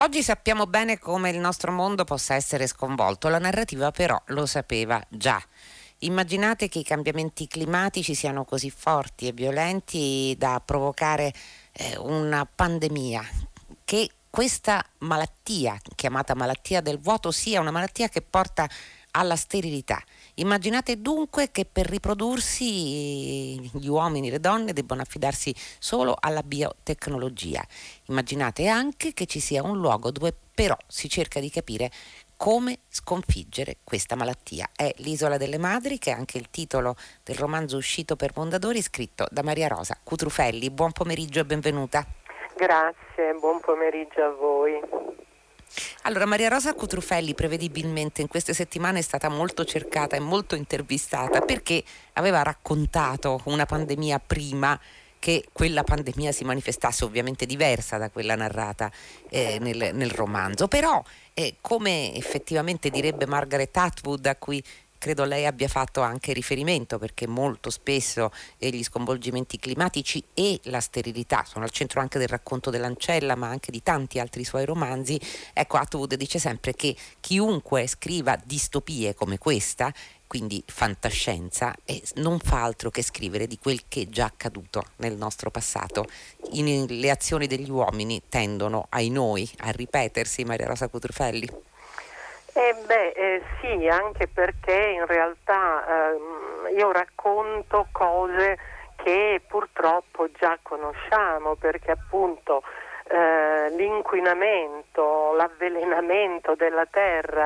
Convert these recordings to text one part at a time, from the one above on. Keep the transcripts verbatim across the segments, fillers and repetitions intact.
Oggi sappiamo bene come il nostro mondo possa essere sconvolto, la narrativa però lo sapeva già. Immaginate che i cambiamenti climatici siano così forti e violenti da provocare eh, una pandemia, che questa malattia, chiamata malattia del vuoto, sia una malattia che porta alla sterilità. Immaginate dunque che per riprodursi gli uomini e le donne debbano affidarsi solo alla biotecnologia. Immaginate anche che ci sia un luogo dove però si cerca di capire come sconfiggere questa malattia. È L'isola delle madri, che è anche il titolo del romanzo uscito per Mondadori, scritto da Maria Rosa Cutrufelli. Buon pomeriggio e benvenuta. Grazie, buon pomeriggio a voi. Allora, Maria Rosa Cutrufelli prevedibilmente in queste settimane è stata molto cercata e molto intervistata perché aveva raccontato una pandemia prima che quella pandemia si manifestasse, ovviamente diversa da quella narrata eh, nel, nel romanzo. Però, eh, come effettivamente direbbe Margaret Atwood, a cui credo lei abbia fatto anche riferimento, perché molto spesso eh, gli sconvolgimenti climatici e la sterilità sono al centro anche del racconto dell'ancella, ma anche di tanti altri suoi romanzi. Ecco, Atwood dice sempre che chiunque scriva distopie come questa, quindi fantascienza, eh, non fa altro che scrivere di quel che è già accaduto nel nostro passato. In, le azioni degli uomini tendono, ai noi, a ripetersi, Maria Rosa Cutrufelli. Eh beh, eh, sì, anche perché in realtà ehm, io racconto cose che purtroppo già conosciamo, perché appunto eh, l'inquinamento, l'avvelenamento della terra,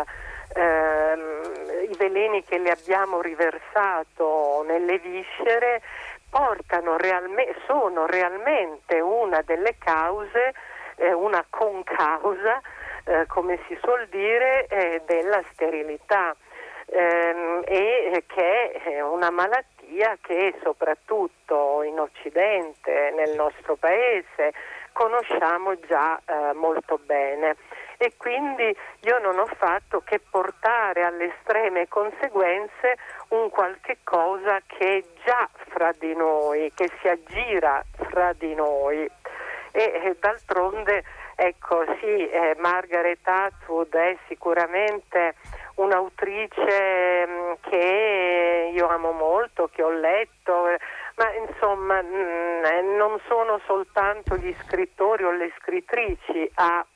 ehm, i veleni che le abbiamo riversato nelle viscere portano realme- sono realmente una delle cause, eh, una concausa, Eh, come si suol dire, eh, della sterilità, ehm, e che è una malattia che soprattutto in Occidente, nel nostro paese, conosciamo già eh, molto bene. E quindi io non ho fatto che portare alle estreme conseguenze un qualche cosa che è già fra di noi, che si aggira fra di noi. E, e d'altronde, ecco, sì, eh, Margaret Atwood è sicuramente un'autrice mh, che io amo molto, che ho letto, eh, ma insomma mh, non sono soltanto gli scrittori o le scrittrici a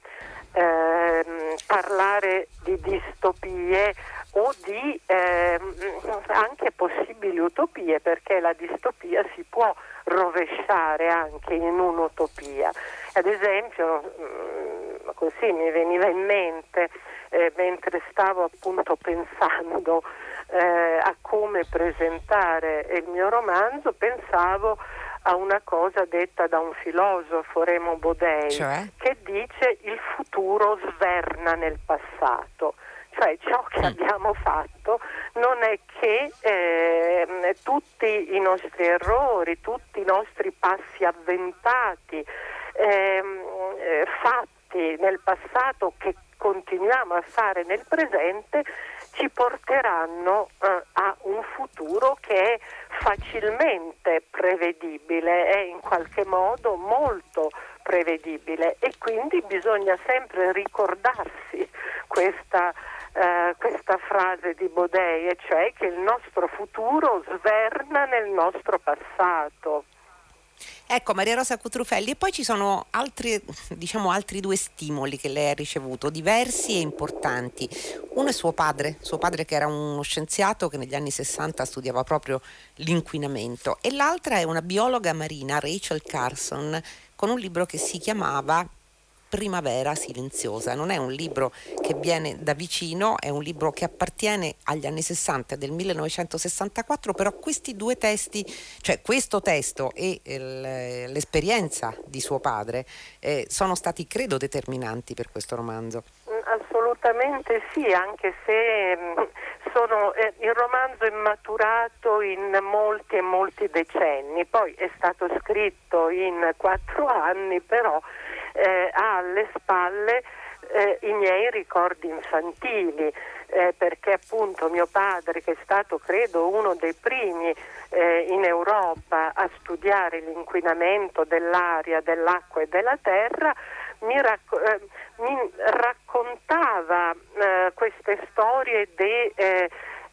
ehm, parlare di distopie o di ehm, anche possibili utopie, perché la distopia si può rovesciare anche in un'utopia. Ad esempio, mh, così mi veniva in mente, eh, mentre stavo appunto pensando eh, a come presentare il mio romanzo, pensavo a una cosa detta da un filosofo, Remo Bodei, Cioè? che dice: il futuro sverna nel passato. Cioè ciò che Mm. abbiamo fatto non è che eh, tutti i nostri errori, tutti i nostri passi avventati, ehm, eh, fatti nel passato, che continuiamo a fare nel presente, ci porteranno eh, a un futuro che è facilmente prevedibile, è in qualche modo molto prevedibile, e quindi bisogna sempre ricordarsi questa Uh, questa frase di Bodei, e cioè che il nostro futuro sverna nel nostro passato. Ecco, Maria Rosa Cutrufelli, e poi ci sono altri, diciamo, altri due stimoli che lei ha ricevuto, diversi e importanti. Uno è suo padre, suo padre che era uno scienziato che negli anni sessanta studiava proprio l'inquinamento, e l'altra è una biologa marina, Rachel Carson, con un libro che si chiamava Primavera silenziosa. Non è un libro che viene da vicino, è un libro che appartiene agli anni sessanta, del millenovecentosessantaquattro, però questi due testi, cioè questo testo e il, l'esperienza di suo padre, eh, sono stati, credo, determinanti per questo romanzo. Assolutamente sì, anche se mh, sono, eh, il romanzo è maturato in molti e molti decenni, poi è stato scritto in quattro anni, però eh, ha alle spalle eh, i miei ricordi infantili, eh, perché appunto mio padre, che è stato credo uno dei primi eh, in Europa a studiare l'inquinamento dell'aria, dell'acqua e della terra, mi, racco- eh, mi raccontava eh, queste storie di... Eh,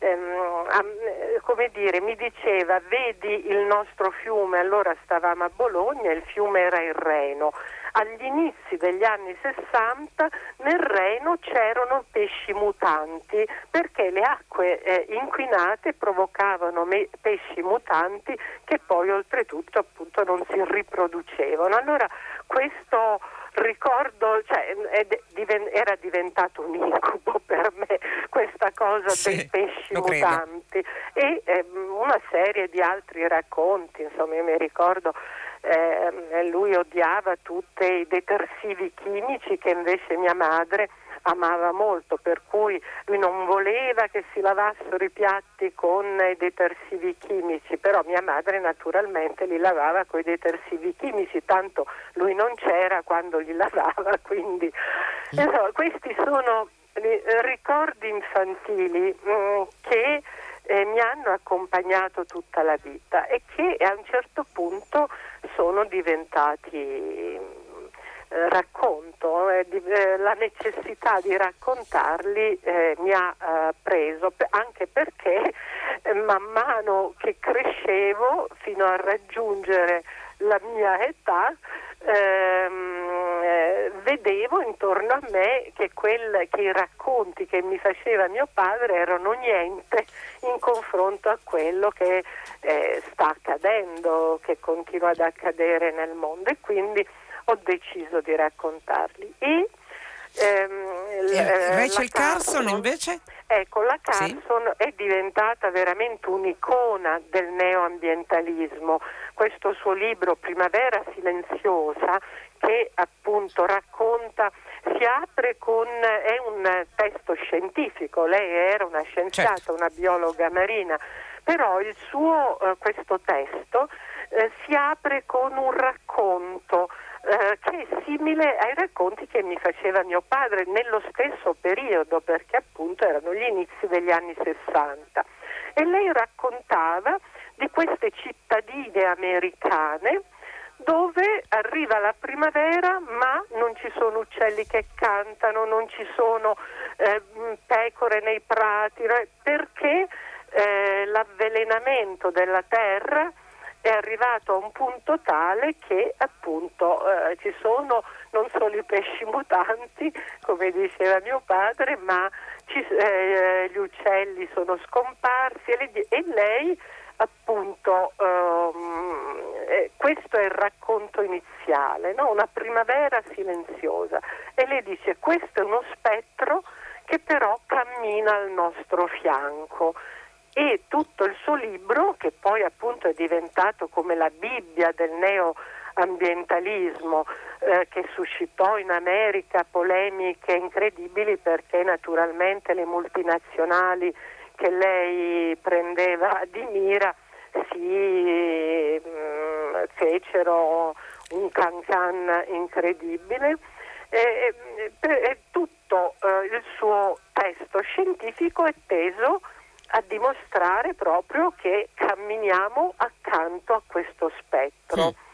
ehm, come dire, mi diceva: vedi il nostro fiume, allora stavamo a Bologna, il fiume era il Reno. Agli inizi degli anni sessanta nel Reno c'erano pesci mutanti, perché le acque eh, inquinate provocavano me- pesci mutanti che poi oltretutto appunto non si riproducevano. Allora questo ricordo, cioè, era diventato un incubo per me questa cosa sì, dei pesci mutanti e eh, una serie di altri racconti. Insomma, io mi ricordo eh, lui odiava tutti i detersivi chimici che invece mia madre amava molto, per cui lui non voleva che si lavassero i piatti con i detersivi chimici, però mia madre naturalmente li lavava con i detersivi chimici, tanto lui non c'era quando li lavava, quindi insomma, questi sono ricordi infantili mh, che eh, mi hanno accompagnato tutta la vita e che a un certo punto sono diventati Eh, racconto, eh, di, eh, la necessità di raccontarli eh, mi ha eh, preso, p- anche perché eh, man mano che crescevo fino a raggiungere la mia età ehm, eh, vedevo intorno a me che, quel, che i racconti che mi faceva mio padre erano niente in confronto a quello che eh, sta accadendo, che continua ad accadere nel mondo, e quindi ho deciso di raccontarli. E, ehm, e Rachel Carson, Carson invece? Ecco, la Carson sì. è diventata veramente un'icona del neoambientalismo. Questo suo libro Primavera silenziosa, che appunto racconta, si apre con, è un testo scientifico, lei era una scienziata, certo. una biologa marina, però il suo, eh, questo testo eh, si apre con un racconto Eh, che è simile ai racconti che mi faceva mio padre nello stesso periodo, perché appunto erano gli inizi degli anni sessanta, e lei raccontava di queste cittadine americane dove arriva la primavera ma non ci sono uccelli che cantano, non ci sono eh, pecore nei prati, perché eh, l'avvelenamento della terra è arrivato a un punto tale che appunto eh, ci sono non solo i pesci mutanti, come diceva mio padre, ma ci, eh, gli uccelli sono scomparsi e, le, e lei appunto ehm, eh, questo è il racconto iniziale, no? Una primavera silenziosa, e lei dice: questo è uno spettro che però cammina al nostro fianco. E tutto il suo libro, che poi appunto è diventato come la Bibbia del neoambientalismo, eh, che suscitò in America polemiche incredibili, perché naturalmente le multinazionali che lei prendeva di mira si mh, fecero un can-can incredibile. E, e, e tutto eh, il suo testo scientifico è teso a dimostrare proprio che camminiamo accanto a questo spettro. Mm.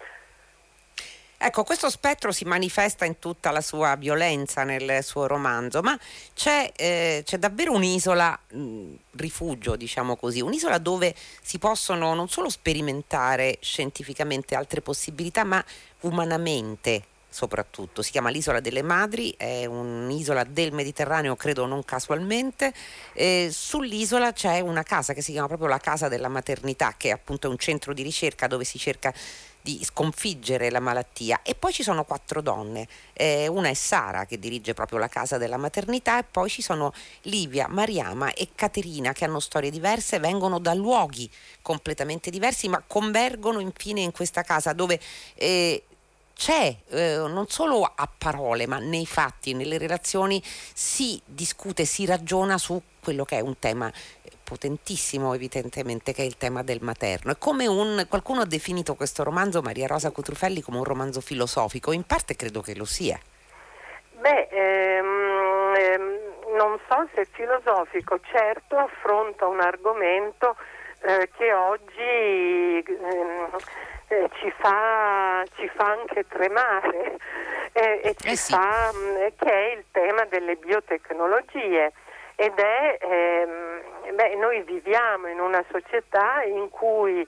Ecco, questo spettro si manifesta in tutta la sua violenza nel suo romanzo, ma c'è, eh, c'è davvero un'isola, mh, rifugio, diciamo così, un'isola dove si possono non solo sperimentare scientificamente altre possibilità, ma umanamente soprattutto. Si chiama l'Isola delle Madri, è un'isola del Mediterraneo, credo non casualmente. Eh, sull'isola c'è una casa che si chiama proprio la Casa della Maternità, che è appunto un centro di ricerca dove si cerca di sconfiggere la malattia, e poi ci sono quattro donne, eh, una è Sara che dirige proprio la Casa della Maternità, e poi ci sono Livia, Mariama e Caterina, che hanno storie diverse, vengono da luoghi completamente diversi, ma convergono infine in questa casa dove eh, c'è eh, non solo a parole ma nei fatti, nelle relazioni si discute, si ragiona su quello che è un tema potentissimo evidentemente, che è il tema del materno. È come un, qualcuno ha definito questo romanzo, Maria Rosa Cutrufelli, come un romanzo filosofico, in parte credo che lo sia. Beh, ehm, ehm, non so se è filosofico, certo affronta un argomento eh, che oggi ehm, eh, ci fa ci fa anche tremare eh, e ci Eh sì. fa mh, che è il tema delle biotecnologie. Ed è, ehm, beh, noi viviamo in una società in cui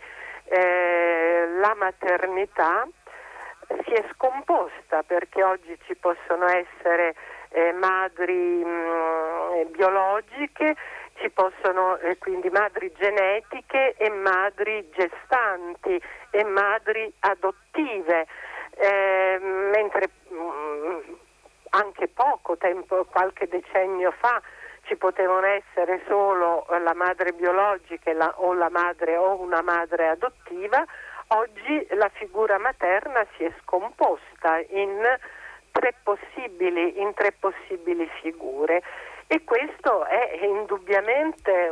eh, la maternità si è scomposta, perché oggi ci possono essere eh, madri mh, biologiche, ci possono eh, quindi madri genetiche e madri gestanti e madri adottive, eh, mentre mh, anche poco tempo, qualche decennio fa, ci potevano essere solo la madre biologica e la, o la madre o una madre adottiva. Oggi la figura materna si è scomposta in tre possibili, in tre possibili figure, e questo è indubbiamente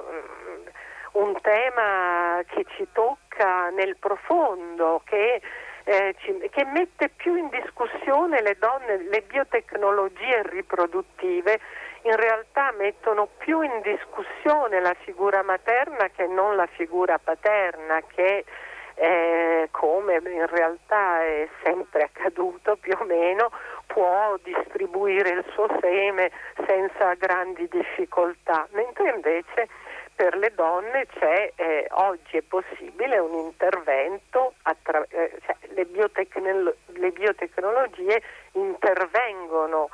un tema che ci tocca nel profondo, che Eh, ci, che mette più in discussione le donne. Le biotecnologie riproduttive in realtà mettono più in discussione la figura materna che non la figura paterna, che eh, come in realtà è sempre accaduto più o meno, può distribuire il suo seme senza grandi difficoltà, mentre invece per le donne c'è, eh, oggi è possibile un intervento, attra- eh, cioè le, biotecnolo- le biotecnologie intervengono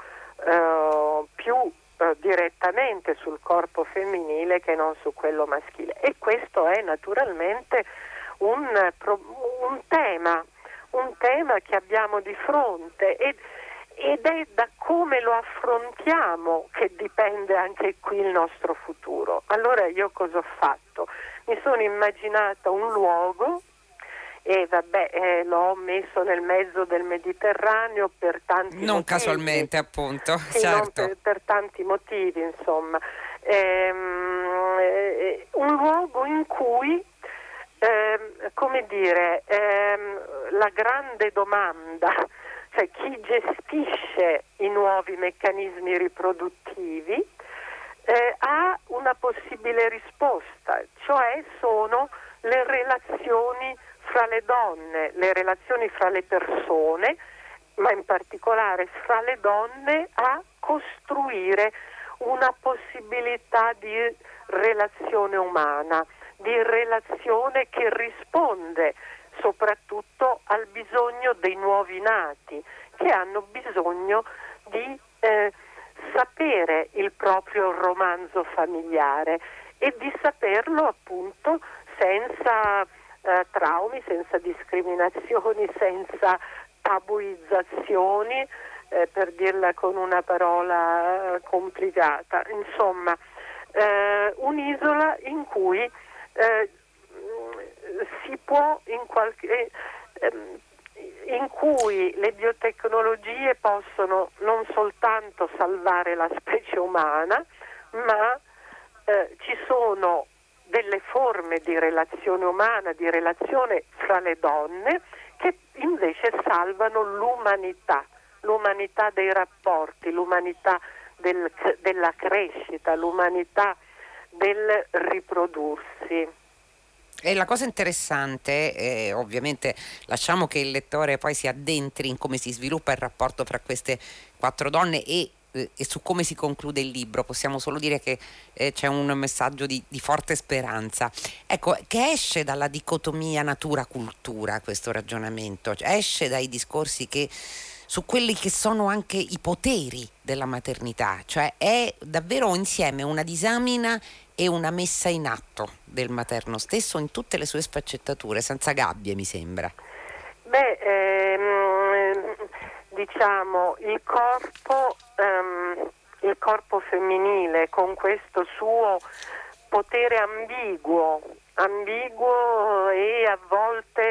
eh, più eh, direttamente sul corpo femminile che non su quello maschile, e questo è naturalmente un, un tema, un tema che abbiamo di fronte, e ed è da come lo affrontiamo che dipende anche qui il nostro futuro. Allora io cosa ho fatto? Mi sono immaginata un luogo e vabbè eh, l'ho messo nel mezzo del Mediterraneo per tanti non motivi. Casualmente, appunto, sì, certo. non per, per tanti motivi, insomma. Ehm, eh, un luogo in cui ehm, come dire ehm, la grande domanda, cioè chi gestisce i nuovi meccanismi riproduttivi, eh, ha una possibile risposta, cioè sono le relazioni fra le donne, le relazioni fra le persone, ma in particolare fra le donne, a costruire una possibilità di relazione umana, di relazione che risponde soprattutto al bisogno dei nuovi nati, che hanno bisogno di eh, sapere il proprio romanzo familiare e di saperlo appunto senza eh, traumi, senza discriminazioni, senza tabuizzazioni, eh, per dirla con una parola eh, complicata. Insomma, eh, un'isola in cui eh, si può in qualche ehm, in cui le biotecnologie possono non soltanto salvare la specie umana, ma eh, ci sono delle forme di relazione umana, di relazione fra le donne, che invece salvano l'umanità, l'umanità dei rapporti, l'umanità del, della crescita, l'umanità del riprodursi. E la cosa interessante, eh, ovviamente lasciamo che il lettore poi si addentri in come si sviluppa il rapporto fra queste quattro donne e, eh, e su come si conclude il libro. Possiamo solo dire che eh, c'è un messaggio di, di forte speranza. Ecco, che esce dalla dicotomia natura-cultura questo ragionamento, cioè, esce dai discorsi che su quelli che sono anche i poteri della maternità, cioè è davvero insieme una disamina e una messa in atto del materno stesso in tutte le sue sfaccettature, senza gabbie, mi sembra. Beh, ehm, diciamo il corpo, ehm, il corpo femminile con questo suo potere ambiguo, ambiguo e a volte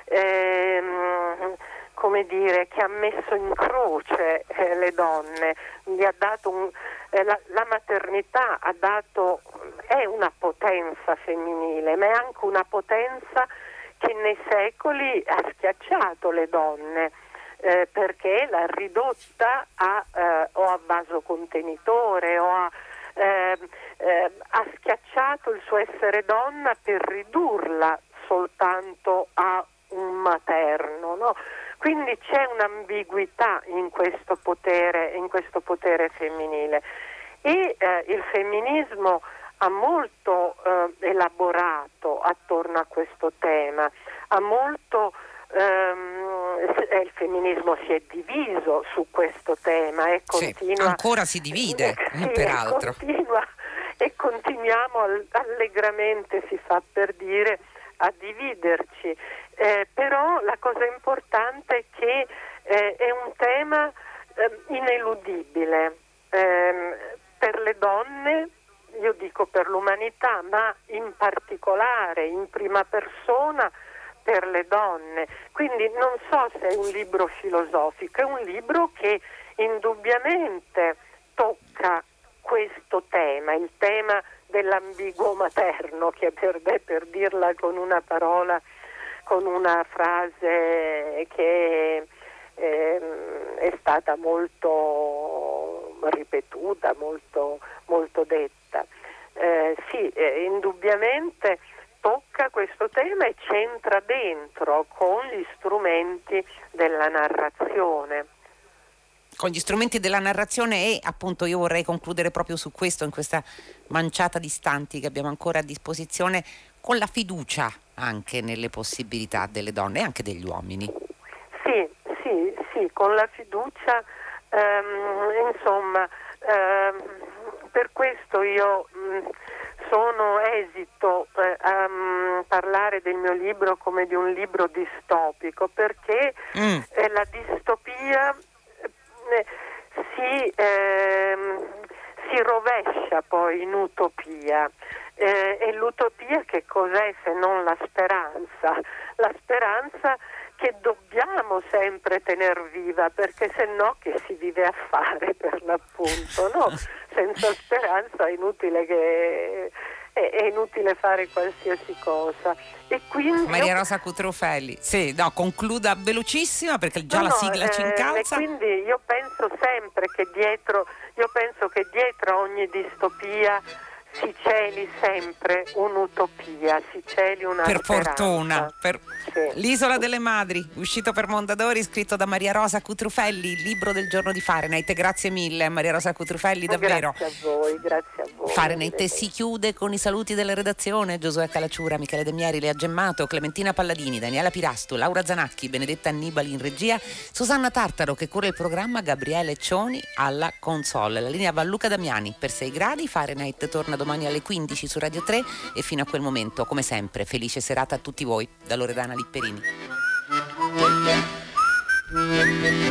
ehm, come dire, che ha messo in croce eh, le donne, gli ha dato un, eh, la, la maternità ha dato, è una potenza femminile, ma è anche una potenza che nei secoli ha schiacciato le donne, eh, perché l'ha ridotta a, eh, o a vaso contenitore o a eh, eh, ha schiacciato il suo essere donna per ridurla soltanto a un materno, no? Quindi c'è un'ambiguità in questo potere, in questo potere femminile e eh, il femminismo ha molto eh, elaborato attorno a questo tema, ha molto ehm, il femminismo si è diviso su questo tema e continua, sì, ancora si divide, eh, sì, peraltro. E, continua, e continuiamo allegramente, si fa per dire, a dividerci. Eh, però la cosa importante è che eh, è un tema eh, ineludibile eh, per le donne, io dico per l'umanità, ma in particolare, in prima persona, per le donne. Quindi non so se è un libro filosofico, è un libro che indubbiamente tocca questo tema, il tema dell'ambiguo materno, che per, per dirla con una parola, con una frase che eh, è stata molto ripetuta, molto, molto detta. Eh, sì, eh, indubbiamente tocca questo tema e c'entra dentro con gli strumenti della narrazione. Con gli strumenti della narrazione e appunto io vorrei concludere proprio su questo, in questa manciata di istanti che abbiamo ancora a disposizione, con la fiducia anche nelle possibilità delle donne e anche degli uomini. Sì, sì, sì, con la fiducia, ehm, insomma, ehm, per questo io mh, sono esito eh, a mh, parlare del mio libro come di un libro distopico, perché Mm. eh, la distopia eh, si, ehm, si rovescia poi in utopia. Eh, e l'utopia che cos'è se non la speranza? La speranza che dobbiamo sempre tener viva, perché se no che si vive a fare, per l'appunto, no? Senza speranza è inutile che è, è inutile fare qualsiasi cosa. E quindi Maria io... Rosa Cutrufelli, sì, no, concluda velocissima perché già No, la no, sigla ci eh, incalza. E quindi io penso sempre che dietro, io penso che dietro ogni distopia si celi sempre un'utopia, si celi una Per speranza. fortuna, per... Sì. L'isola delle madri, uscito per Mondadori, scritto da Maria Rosa Cutrufelli, il libro del giorno di Fahrenheit. Grazie mille Maria Rosa Cutrufelli, davvero. Grazie a voi, grazie a voi. Fahrenheit si chiude con i saluti della redazione: Giosuè Calacciura, Michele De Mieri, Lea Gemmato, Clementina Palladini, Daniela Pirasto, Laura Zanacchi, Benedetta Annibali in regia, Susanna Tartaro che cura il programma, Gabriele Cioni alla console. La linea va a Luca Damiani. Per sei gradi Fahrenheit torna domani alle quindici su Radio tre e fino a quel momento, come sempre, felice serata a tutti voi da Loredana Lipperini.